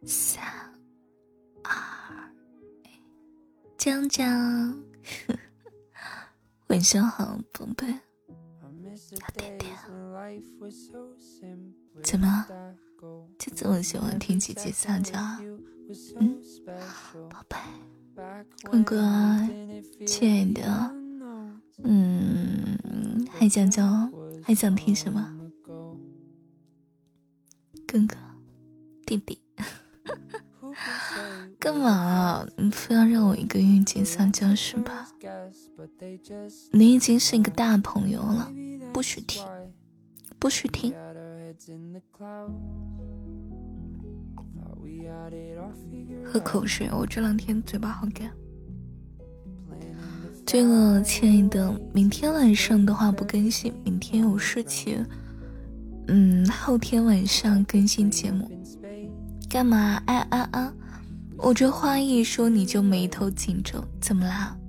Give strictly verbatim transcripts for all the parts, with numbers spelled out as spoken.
三二一，江江晚上好宝贝，好点点。怎么就这么喜欢听姐姐撒娇啊？嗯，宝贝乖乖亲爱的，嗯，还想叫还想听什么？哥哥弟弟干嘛啊？你非要让我一个月姐撒娇是吧？你已经是一个大朋友了，不许听不许听。喝口水，我这两天嘴巴好干。这个亲爱的，明天晚上的话不更新，明天有事情。嗯，后天晚上更新节目。干嘛？哎啊啊！我这话一说你就眉头紧皱，怎么啦？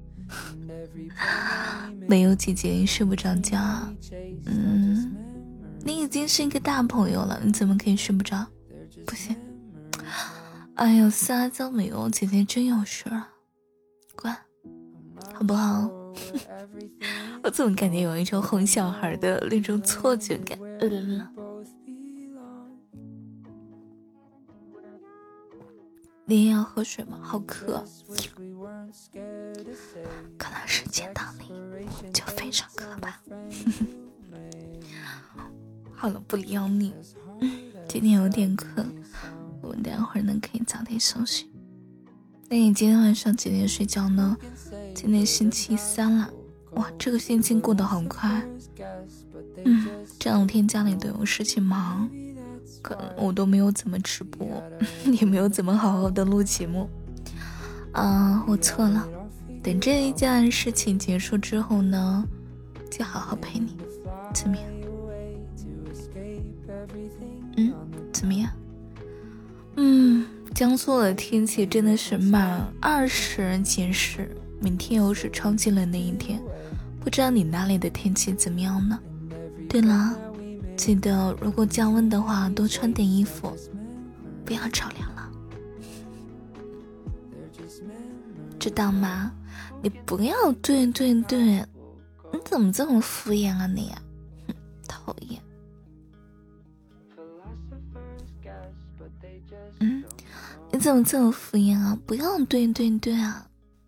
没有姐姐你睡不着觉啊？嗯，你已经是一个大朋友了，你怎么可以睡不着？不行。哎呦，撒娇没有，姐姐真有事啊，乖，好不好？我怎么感觉有一种哄小孩的那种错觉感？嗯，你也要喝水吗？好渴。看来是见到你就非常渴吧。好了，不撩你。今天有点困，我们待会儿呢可以早点休息。那你今天晚上几点睡觉呢？今天星期三了，哇，这个星期过得好快。嗯，这两天家里都有事情忙，可能我都没有怎么直播，也没有怎么好好的录节目。啊，我错了，等这一件事情结束之后呢，就好好陪你，怎么样？嗯，怎么样？嗯，江苏的天气真的是满二十减十，明天又是超级冷的一天，不知道你那里的天气怎么样呢？对了，记得如果降温的话，多穿点衣服，不要着凉了，知道吗？你不要对对对，你怎么这么敷衍啊你啊？哼，讨厌。嗯，你怎么这么敷衍啊？不要对对对啊！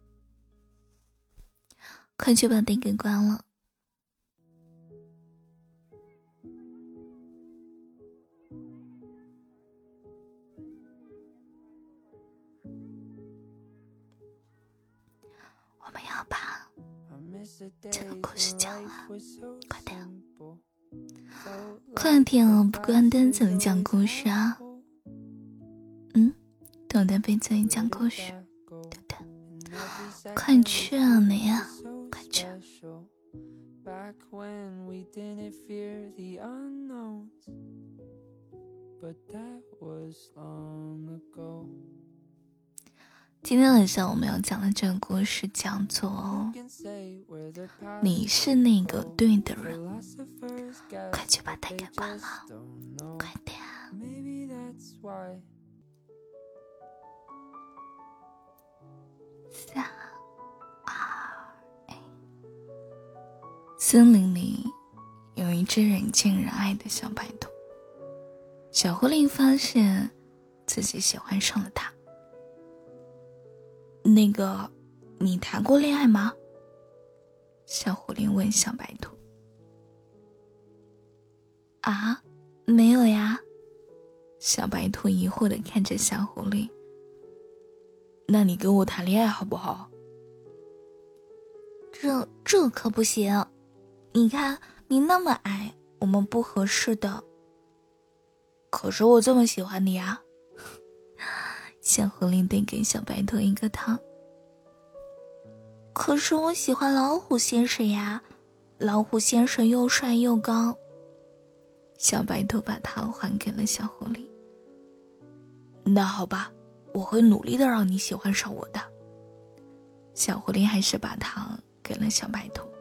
快去把灯给关了。我们要把这个故事讲完，快点，快点哦！不关灯怎么讲故事啊？嗯，等待被怎么讲故事？对不对？快去啊你啊！快去！今天晚上我们要讲的这个故事叫做你是那个对的人。快去把灯给关了，快点。三二一。森林里有一只人见人爱的小白兔。小狐狸发现自己喜欢上了它。那个，你谈过恋爱吗？小狐狸问小白兔。啊，没有呀。小白兔疑惑地看着小狐狸。那你跟我谈恋爱好不好？这这可不行，你看你那么矮，我们不合适的。可是我这么喜欢你啊。小狐狸得给小白兔一个糖。可是我喜欢老虎先生呀，老虎先生又帅又高。小白兔把糖还给了小狐狸。那好吧，我会努力的让你喜欢上我的。小狐狸还是把糖给了小白兔。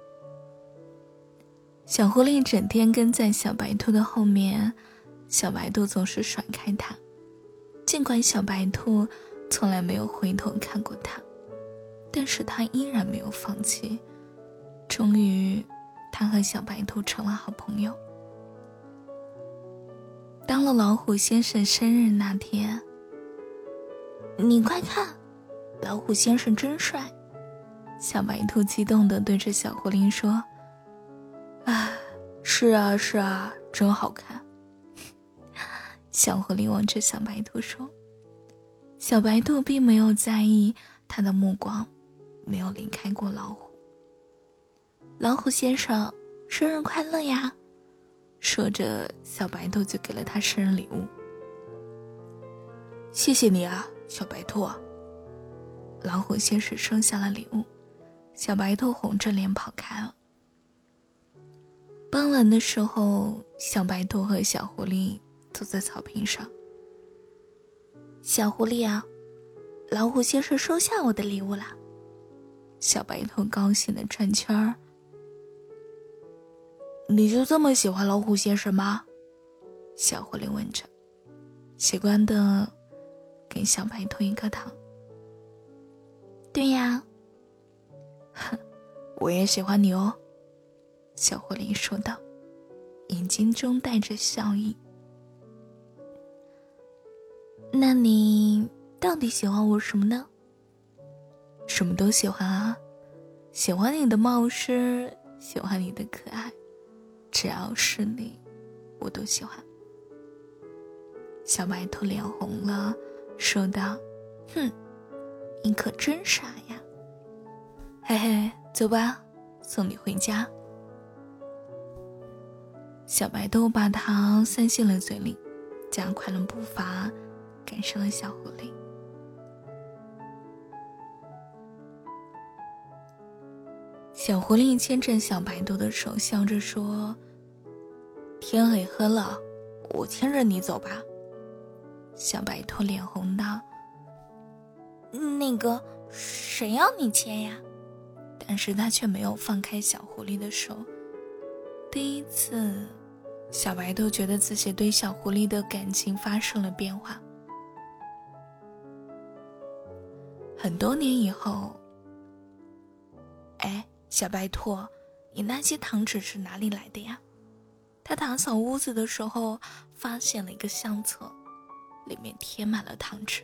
小狐狸整天跟在小白兔的后面，小白兔总是甩开它。 尽管小白兔从来没有回头看过他，但是他依然没有放弃。终于，他和小白兔成了好朋友。到了老虎先生生日那天，你快看，老虎先生真帅！小白兔激动地对着小狐狸说：啊，是啊是啊，真好看。小狐狸望着小白兔说。小白兔并没有在意，他的目光没有离开过老虎。老虎先生，生日快乐呀！说着，小白兔就给了他生日礼物。谢谢你啊，小白兔。老虎先生收下了礼物，小白兔红着脸跑开了。傍晚的时候，小白兔和小狐狸坐在草坪上。小狐狸啊，老虎先生收下我的礼物啦！小白兔高兴地转圈儿。你就这么喜欢老虎先生吗？小狐狸问着，习惯地给小白兔一颗糖。对呀，哼，我也喜欢你哦，小狐狸说道，眼睛中带着笑意。那你到底喜欢我什么呢？什么都喜欢啊，喜欢你的冒失，喜欢你的可爱，只要是你，我都喜欢。小白兔脸红了，说道：哼，你可真傻呀。嘿嘿，走吧，送你回家。小白兔把糖塞进了嘴里，加快了步伐，赶上了小狐狸。小狐狸牵着小白兔的手，笑着说：天黑黑了，我牵着你走吧。小白兔脸红道：那个，谁要你牵呀？但是他却没有放开小狐狸的手。第一次，小白兔觉得自己对小狐狸的感情发生了变化。很多年以后，哎，小白兔，你那些糖纸是哪里来的呀？他打扫屋子的时候，发现了一个相册，里面贴满了糖纸。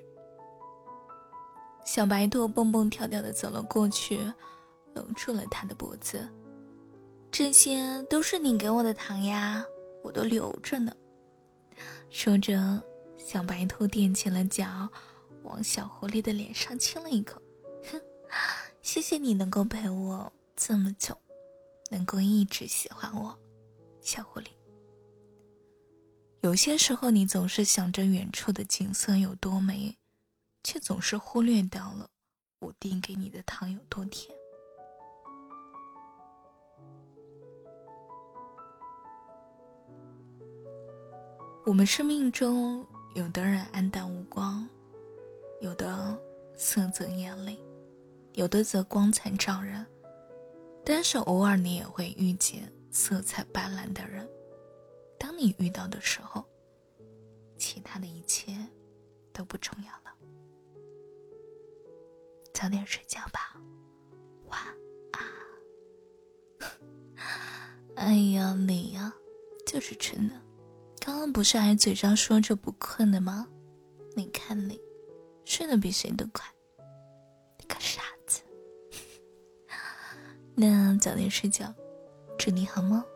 小白兔蹦蹦跳跳地走了过去，搂住了他的脖子。这些都是你给我的糖呀，我都留着呢。说着，小白兔踮起了脚，往小狐狸的脸上亲了一口。哼，谢谢你能够陪我这么久，能够一直喜欢我，小狐狸。有些时候你总是想着远处的景色有多美，却总是忽略掉了我递给你的糖有多甜。我们生命中有的人黯淡无光，有的色泽艳丽，有的则光彩照人，但是偶尔你也会遇见色彩斑斓的人。当你遇到的时候，其他的一切都不重要了。早点睡觉吧，晚安。哎呀，你呀，就是蠢的。刚刚不是还嘴上说着不困的吗？你看你，睡得比谁都快，你个傻子。那早点睡觉，祝你好梦。